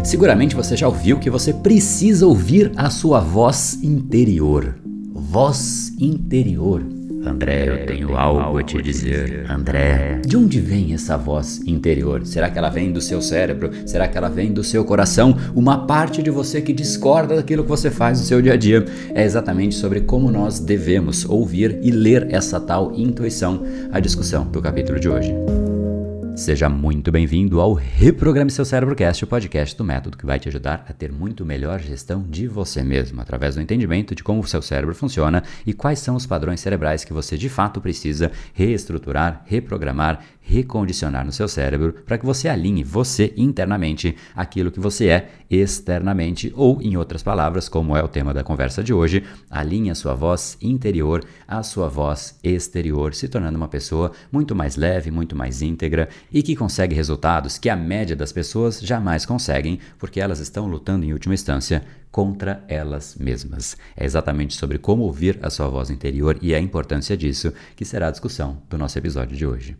Seguramente você já ouviu que você precisa ouvir a sua voz interior. Voz interior. André, eu tenho algo a te dizer. André, de onde vem essa voz interior? Será que ela vem do seu cérebro? Será que ela vem do seu coração? Uma parte de você que discorda daquilo que você faz no seu dia a dia. É exatamente sobre como nós devemos ouvir e ler essa tal intuição, a discussão do capítulo de hoje. Seja muito bem-vindo ao Reprograme Seu Cérebrocast, o podcast do método que vai te ajudar a ter muito melhor gestão de você mesmo, através do entendimento de como o seu cérebro funciona e quais são os padrões cerebrais que você de fato precisa reestruturar, reprogramar, recondicionar no seu cérebro para que você alinhe você internamente aquilo que você é externamente, ou em outras palavras, como é o tema da conversa de hoje, alinhe a sua voz interior à sua voz exterior, se tornando uma pessoa muito mais leve, muito mais íntegra e que consegue resultados que a média das pessoas jamais conseguem, porque elas estão lutando em última instância contra elas mesmas. É exatamente sobre como ouvir a sua voz interior e a importância disso que será a discussão do nosso episódio de hoje.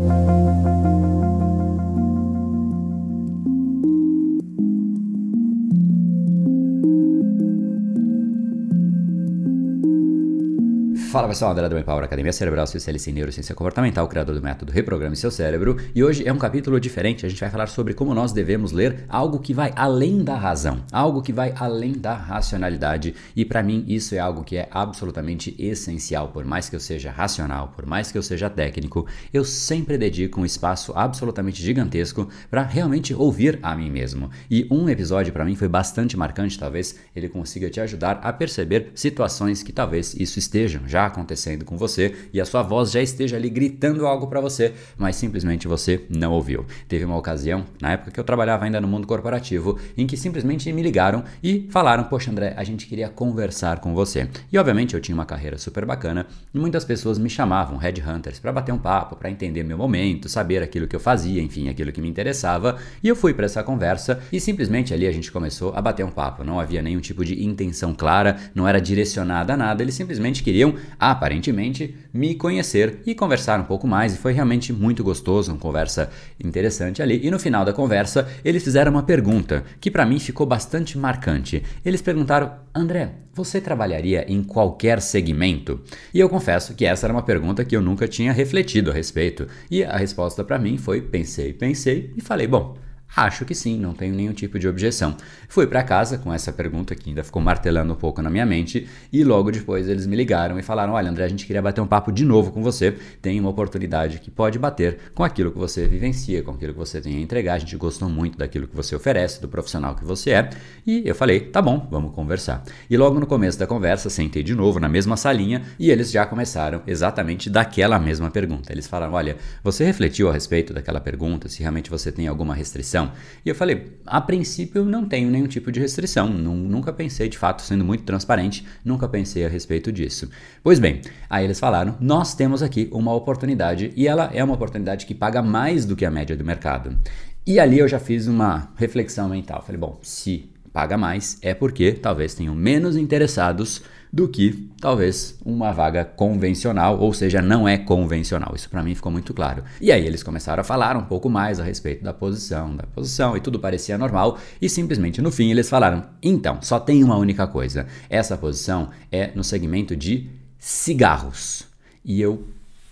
Fala pessoal, André do Empower Academia Cerebral, especialista em neurociência comportamental, criador do método Reprograme Seu Cérebro, e hoje é um capítulo diferente. A gente vai falar sobre como nós devemos ler algo que vai além da razão, algo que vai além da racionalidade, e para mim isso é algo que é absolutamente essencial. Por mais que eu seja racional, por mais que eu seja técnico, eu sempre dedico um espaço absolutamente gigantesco para realmente ouvir a mim mesmo. E um episódio para mim foi bastante marcante, talvez ele consiga te ajudar a perceber situações que talvez isso estejam já acontecendo com você e a sua voz já esteja ali gritando algo para você, mas simplesmente você não ouviu. Teve uma ocasião, na época que eu trabalhava ainda no mundo corporativo, em que simplesmente me ligaram e falaram: poxa André, a gente queria conversar com você. E obviamente eu tinha uma carreira super bacana e muitas pessoas me chamavam, headhunters, para bater um papo, para entender meu momento, saber aquilo que eu fazia, enfim, aquilo que me interessava, e eu fui para essa conversa e simplesmente ali a gente começou a bater um papo. Não havia nenhum tipo de intenção clara, não era direcionada a nada, eles simplesmente queriam aparentemente me conhecer e conversar um pouco mais, e foi realmente muito gostoso, uma conversa interessante ali. E no final da conversa eles fizeram uma pergunta que para mim ficou bastante marcante. Eles perguntaram: André, você trabalharia em qualquer segmento? E eu confesso que essa era uma pergunta que eu nunca tinha refletido a respeito, e a resposta para mim foi: pensei e falei, bom, acho que sim, não tenho nenhum tipo de objeção. Fui para casa com essa pergunta que ainda ficou martelando um pouco na minha mente, e logo depois eles me ligaram e falaram: olha André, a gente queria bater um papo de novo com você, tem uma oportunidade que pode bater com aquilo que você vivencia, com aquilo que você tem a entregar, a gente gostou muito daquilo que você oferece, do profissional que você é. E eu falei: tá bom, vamos conversar. E logo no começo da conversa sentei de novo na mesma salinha e eles já começaram exatamente daquela mesma pergunta. Eles falaram: olha, você refletiu a respeito daquela pergunta, se realmente você tem alguma restrição? E eu falei: a princípio eu não tenho nenhum tipo de restrição, nunca pensei, de fato, sendo muito transparente, nunca pensei a respeito disso. Pois bem, aí eles falaram: nós temos aqui uma oportunidade e ela é uma oportunidade que paga mais do que a média do mercado. E ali eu já fiz uma reflexão mental, falei: bom, se paga mais é porque talvez tenham menos interessados do que talvez uma vaga convencional, ou seja, não é convencional. Isso para mim ficou muito claro. E aí eles começaram a falar um pouco mais a respeito da posição, e tudo parecia normal, e simplesmente no fim eles falaram: então, só tem uma única coisa, essa posição é no segmento de cigarros. E eu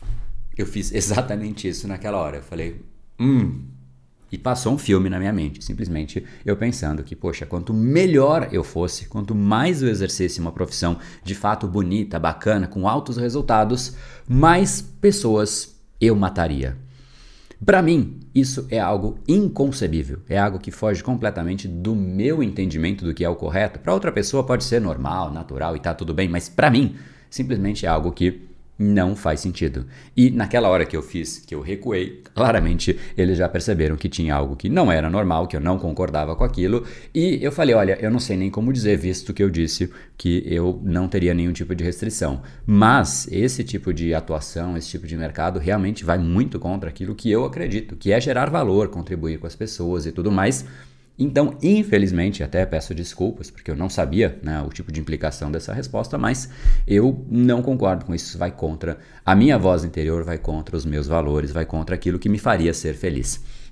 fiz exatamente isso naquela hora. Eu falei: E passou um filme na minha mente, simplesmente eu pensando que, poxa, quanto melhor eu fosse, quanto mais eu exercesse uma profissão de fato bonita, bacana, com altos resultados, mais pessoas eu mataria. Para mim, isso é algo inconcebível, é algo que foge completamente do meu entendimento do que é o correto. Para outra pessoa pode ser normal, natural e tá tudo bem, mas para mim, simplesmente é algo que não faz sentido. E naquela hora que eu recuei, claramente eles já perceberam que tinha algo que não era normal, que eu não concordava com aquilo, e eu falei: olha, eu não sei nem como dizer, visto que eu disse que eu não teria nenhum tipo de restrição, mas esse tipo de atuação, esse tipo de mercado realmente vai muito contra aquilo que eu acredito, que é gerar valor, contribuir com as pessoas e tudo mais. Então, infelizmente, até peço desculpas, porque eu não sabia, né, o tipo de implicação dessa resposta, mas eu não concordo com isso. Isso vai contra a minha voz interior, vai contra os meus valores, vai contra aquilo que me faria ser feliz.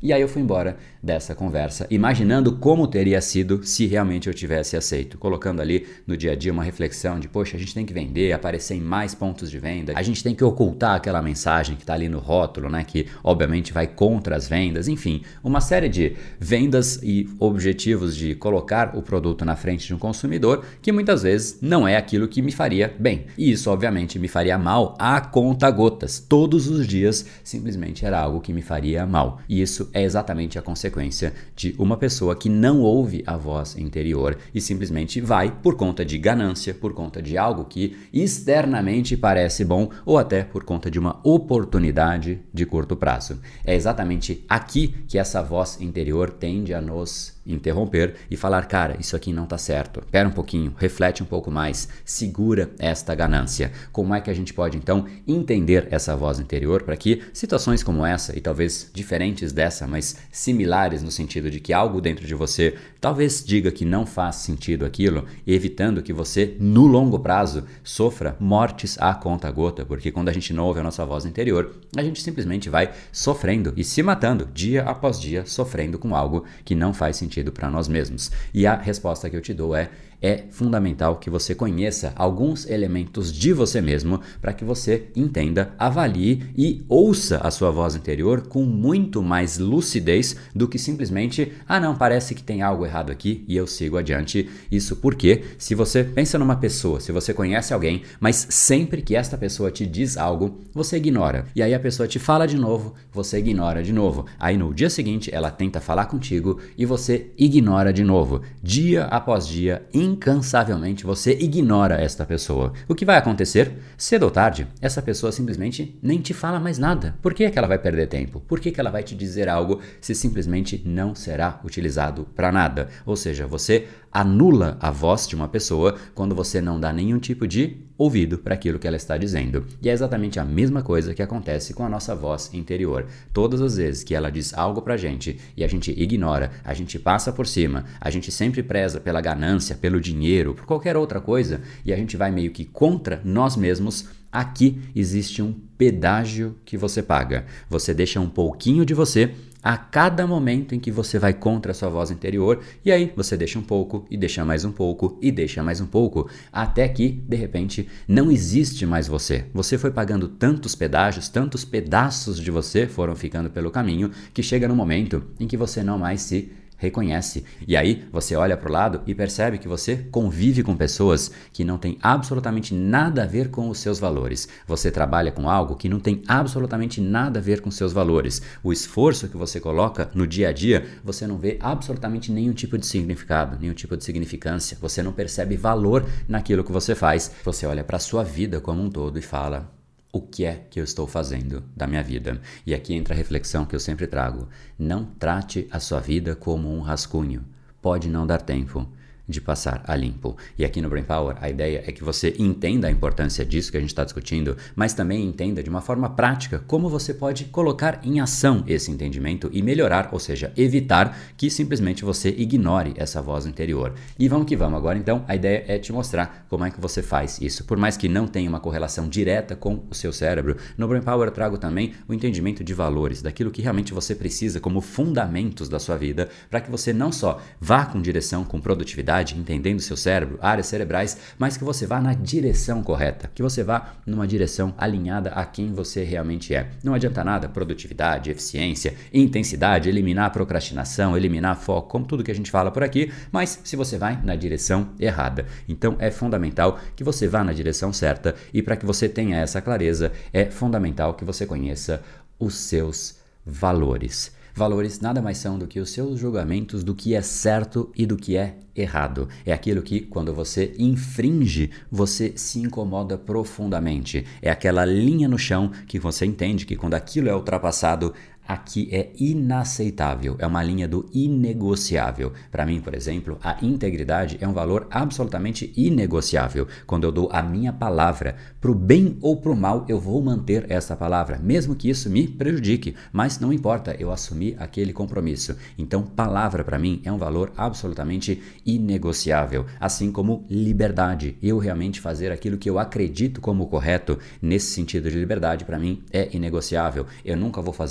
E aí eu fui embora dessa conversa, imaginando como teria sido se realmente eu tivesse aceito, colocando ali no dia a dia uma reflexão de, poxa, a gente tem que vender, aparecer em mais pontos de venda, a gente tem que ocultar aquela mensagem que está ali no rótulo, né, que obviamente vai contra as vendas, enfim, uma série de vendas e objetivos de colocar o produto na frente de um consumidor que muitas vezes não é aquilo que me faria bem. E isso obviamente me faria mal a conta gotas. Todos os dias simplesmente era algo que me faria mal. E isso é exatamente a consequência de uma pessoa que não ouve a voz interior e simplesmente vai por conta de ganância, por conta de algo que externamente parece bom ou até por conta de uma oportunidade de curto prazo. É exatamente aqui que essa voz interior tende a nos interromper e falar, cara, isso aqui não tá certo. Espera um pouquinho, reflete um pouco mais, segura esta ganância. Como é que a gente pode então entender essa voz interior para que situações como essa, e talvez diferentes dessa, mas similares no sentido de que algo dentro de você talvez diga que não faz sentido aquilo, evitando que você, no longo prazo, sofra mortes à conta-gota, porque quando a gente não ouve a nossa voz interior, a gente simplesmente vai sofrendo e se matando dia após dia, sofrendo com algo que não faz sentido para nós mesmos. E a resposta que eu te dou é fundamental que você conheça alguns elementos de você mesmo para que você entenda, avalie e ouça a sua voz interior com muito mais lucidez do que simplesmente, não, parece que tem algo errado aqui e eu sigo adiante. Isso porque se você pensa numa pessoa, se você conhece alguém, mas sempre que esta pessoa te diz algo, você ignora. E aí a pessoa te fala de novo, você ignora de novo. Aí no dia seguinte ela tenta falar contigo e você ignora de novo. Dia após dia, incansavelmente você ignora esta pessoa. O que vai acontecer? Cedo ou tarde, essa pessoa simplesmente nem te fala mais nada. Por que é que ela vai perder tempo? Por que é que ela vai te dizer algo se simplesmente não será utilizado para nada? Ou seja, você anula a voz de uma pessoa quando você não dá nenhum tipo de ouvido para aquilo que ela está dizendo. E é exatamente a mesma coisa que acontece com a nossa voz interior. Todas as vezes que ela diz algo pra gente e a gente ignora, a gente passa por cima, a gente sempre preza pela ganância, pelo dinheiro, por qualquer outra coisa, e a gente vai meio que contra nós mesmos, aqui existe um pedágio que você paga. Você deixa um pouquinho de você a cada momento em que você vai contra a sua voz interior, e aí você deixa um pouco, e deixa mais um pouco, e deixa mais um pouco, até que, de repente, não existe mais você. Você foi pagando tantos pedágios, tantos pedaços de você foram ficando pelo caminho, que chega no momento em que você não mais se reconhece. E aí você olha para o lado e percebe que você convive com pessoas que não têm absolutamente nada a ver com os seus valores. Você trabalha com algo que não tem absolutamente nada a ver com seus valores. O esforço que você coloca no dia a dia, você não vê absolutamente nenhum tipo de significado, nenhum tipo de significância. Você não percebe valor naquilo que você faz. Você olha para a sua vida como um todo e fala: o que é que eu estou fazendo da minha vida? E aqui entra a reflexão que eu sempre trago. Não trate a sua vida como um rascunho. Pode não dar tempo de passar a limpo. E aqui no Brain Power, a ideia é que você entenda a importância disso que a gente está discutindo, mas também entenda de uma forma prática como você pode colocar em ação esse entendimento e melhorar, ou seja, evitar que simplesmente você ignore essa voz interior. E vamos que vamos. Agora, então, a ideia é te mostrar como é que você faz isso. Por mais que não tenha uma correlação direta com o seu cérebro, no Brain Power eu trago também o entendimento de valores, daquilo que realmente você precisa como fundamentos da sua vida, para que você não só vá com direção, com produtividade, entendendo o seu cérebro, áreas cerebrais, mas que você vá na direção correta, que você vá numa direção alinhada a quem você realmente é. Não adianta nada produtividade, eficiência, intensidade, eliminar a procrastinação, eliminar foco, como tudo que a gente fala por aqui, mas se você vai na direção errada. Então é fundamental que você vá na direção certa, e para que você tenha essa clareza, é fundamental que você conheça os seus valores. Valores nada mais são do que os seus julgamentos do que é certo e do que é errado. É aquilo que, quando você infringe, você se incomoda profundamente. É aquela linha no chão que você entende que, quando aquilo é ultrapassado, aqui é inaceitável, é uma linha do inegociável. Para mim, por exemplo, a integridade é um valor absolutamente inegociável. Quando eu dou a minha palavra, pro bem ou pro mal, eu vou manter essa palavra, mesmo que isso me prejudique, mas não importa, eu assumi aquele compromisso. Então, palavra para mim é um valor absolutamente inegociável, assim como liberdade. Eu realmente fazer aquilo que eu acredito como correto, nesse sentido de liberdade, para mim é inegociável. Eu nunca vou fazer algo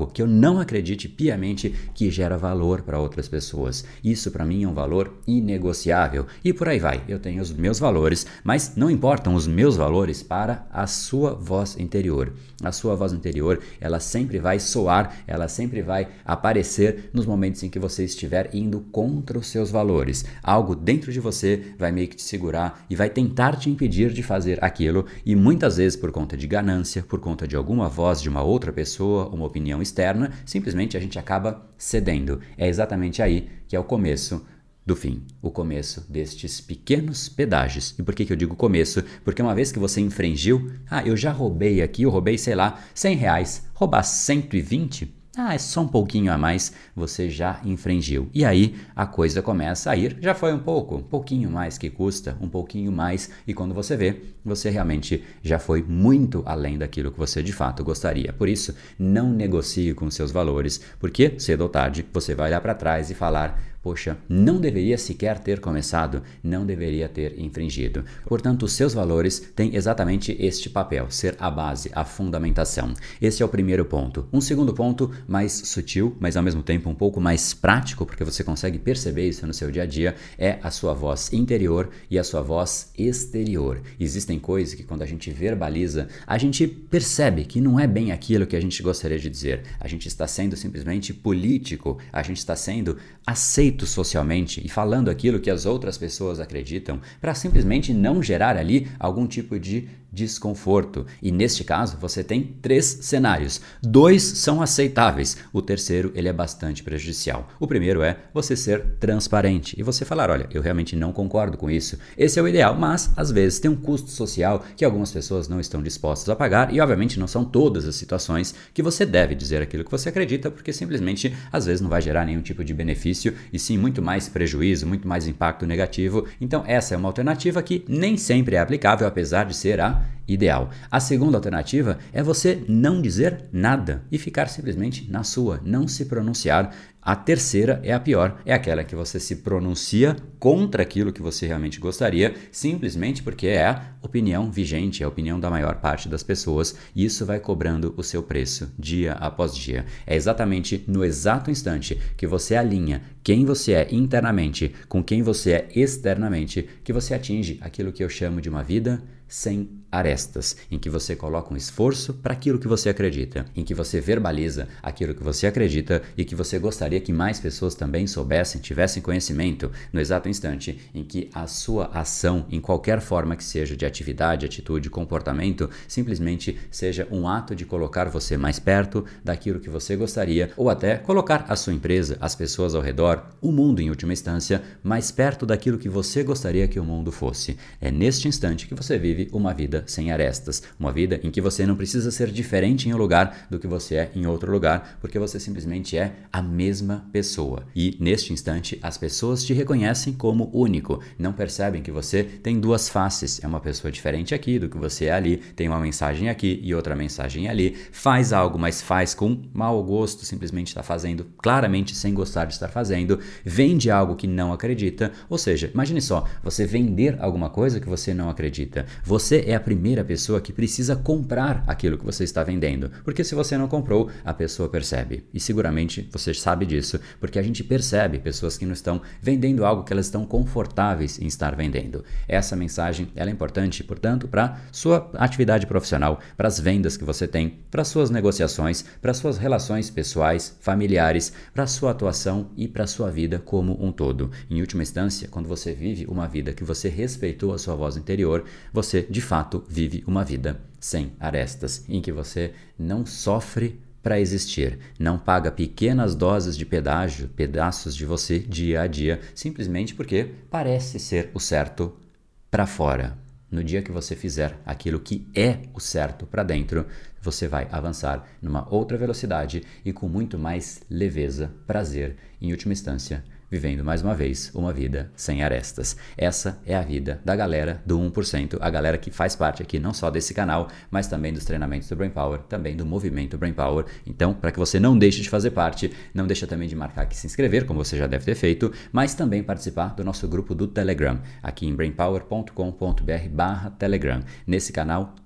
algo que eu não acredite piamente que gera valor para outras pessoas. Isso para mim é um valor inegociável. E por aí vai. Eu tenho os meus valores, mas não importam os meus valores para a sua voz interior. A sua voz interior, ela sempre vai soar, ela sempre vai aparecer nos momentos em que você estiver indo contra os seus valores. Algo dentro de você vai meio que te segurar e vai tentar te impedir de fazer aquilo, e muitas vezes por conta de ganância, por conta de alguma voz de uma outra pessoa, uma opinião externa, simplesmente a gente acaba cedendo. É exatamente aí que é o começo do fim, o começo destes pequenos pedágios. E por que eu digo começo? Porque uma vez que você infringiu, eu já roubei aqui, eu roubei, sei lá, R$100, roubar 120, é só um pouquinho a mais, você já infringiu. E aí a coisa começa a ir, já foi um pouquinho mais que custa, um pouquinho mais, e quando você vê, você realmente já foi muito além daquilo que você de fato gostaria. Por isso, não negocie com seus valores, porque cedo ou tarde você vai olhar para trás e falar: poxa, não deveria sequer ter começado, não deveria ter infringido. Portanto, os seus valores têm exatamente este papel, ser a base, a fundamentação. Esse é o primeiro ponto. Um segundo ponto, mais sutil, mas ao mesmo tempo um pouco mais prático, porque você consegue perceber isso no seu dia a dia, é a sua voz interior e a sua voz exterior. Existem coisas que quando a gente verbaliza, a gente percebe que não é bem aquilo que a gente gostaria de dizer. A gente está sendo simplesmente político, a gente está sendo aceito socialmente e falando aquilo que as outras pessoas acreditam para simplesmente não gerar ali algum tipo de desconforto. E neste caso, você tem 3 cenários. 2 são aceitáveis. O terceiro, ele é bastante prejudicial. O primeiro é você ser transparente e você falar: olha, eu realmente não concordo com isso. Esse é o ideal, mas às vezes tem um custo social que algumas pessoas não estão dispostas a pagar, e obviamente não são todas as situações que você deve dizer aquilo que você acredita, porque simplesmente às vezes não vai gerar nenhum tipo de benefício, e sim muito mais prejuízo, muito mais impacto negativo. Então essa é uma alternativa que nem sempre é aplicável, apesar de ser a ideal. A segunda alternativa é você não dizer nada e ficar simplesmente na sua, não se pronunciar. A terceira é a pior, é aquela que você se pronuncia contra aquilo que você realmente gostaria, simplesmente porque é a opinião vigente, é a opinião da maior parte das pessoas, e isso vai cobrando o seu preço dia após dia. É exatamente no exato instante que você alinha quem você é internamente com quem você é externamente que você atinge aquilo que eu chamo de uma vida sem arestas, em que você coloca um esforço para aquilo que você acredita, em que você verbaliza aquilo que você acredita e que você gostaria que mais pessoas também soubessem, tivessem conhecimento, no exato instante em que a sua ação, em qualquer forma que seja de atividade, atitude, comportamento, simplesmente seja um ato de colocar você mais perto daquilo que você gostaria, ou até colocar a sua empresa, as pessoas ao redor, o mundo em última instância, mais perto daquilo que você gostaria que o mundo fosse. É neste instante que você vive uma vida sem arestas, uma vida em que você não precisa ser diferente em um lugar do que você é em outro lugar, porque você simplesmente é a mesma pessoa. E neste instante as pessoas te reconhecem como único, não percebem que você tem 2 faces, é uma pessoa diferente aqui do que você é ali, tem uma mensagem aqui e outra mensagem ali, faz algo, mas faz com mau gosto, simplesmente está fazendo claramente sem gostar de estar fazendo, vende algo que não acredita, ou seja, imagine só, você vender alguma coisa que você não acredita. Você é a primeira pessoa que precisa comprar aquilo que você está vendendo, porque se você não comprou, a pessoa percebe. E seguramente você sabe disso, porque a gente percebe pessoas que não estão vendendo algo que elas estão confortáveis em estar vendendo. Essa mensagem ela é importante, portanto, para sua atividade profissional, para as vendas que você tem, para suas negociações, para suas relações pessoais, familiares, para sua atuação e para sua vida como um todo. Em última instância, quando você vive uma vida que você respeitou a sua voz interior, você de fato vive uma vida sem arestas, em que você não sofre para existir, não paga pequenas doses de pedágio, pedaços de você dia a dia, simplesmente porque parece ser o certo para fora. No dia que você fizer aquilo que é o certo para dentro, você vai avançar numa outra velocidade e com muito mais leveza, prazer, em última instância, vivendo mais uma vez uma vida sem arestas. Essa é a vida da galera do 1%, a galera que faz parte aqui não só desse canal, mas também dos treinamentos do Brain Power, também do movimento Brain Power. Então, para que você não deixe de fazer parte, não deixa também de marcar aqui, se inscrever, como você já deve ter feito, mas também participar do nosso grupo do Telegram, aqui em brainpower.com.br/Telegram. Nesse canal,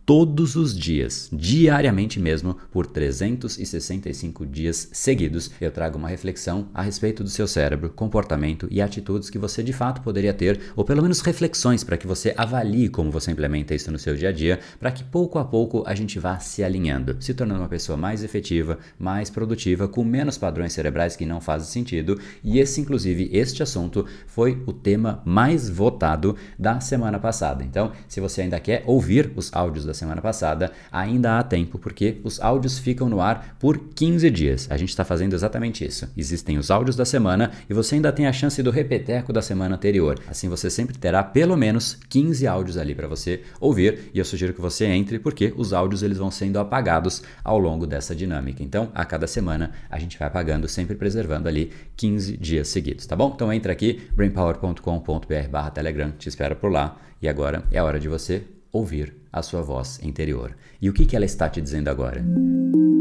todos os dias, diariamente mesmo, por 365 dias seguidos, eu trago uma reflexão a respeito do seu cérebro, comportamento e atitudes que você de fato poderia ter, ou pelo menos reflexões para que você avalie como você implementa isso no seu dia a dia, para que pouco a pouco a gente vá se alinhando, se tornando uma pessoa mais efetiva, mais produtiva, com menos padrões cerebrais que não fazem sentido. E inclusive, este assunto foi o tema mais votado da semana passada. Então, se você ainda quer ouvir os áudios da semana passada, ainda há tempo, porque os áudios ficam no ar por 15 dias. A gente está fazendo exatamente isso. Existem os áudios da semana e você ainda tem a chance do repeteco da semana anterior. Assim você sempre terá pelo menos 15 áudios ali para você ouvir, e eu sugiro que você entre, porque os áudios eles vão sendo apagados ao longo dessa dinâmica. Então, a cada semana a gente vai apagando, sempre preservando ali 15 dias seguidos, tá bom? Então entra aqui, brainpower.com.br/telegram, te espero por lá, e agora é a hora de você ouvir a sua voz interior. E o que ela está te dizendo agora?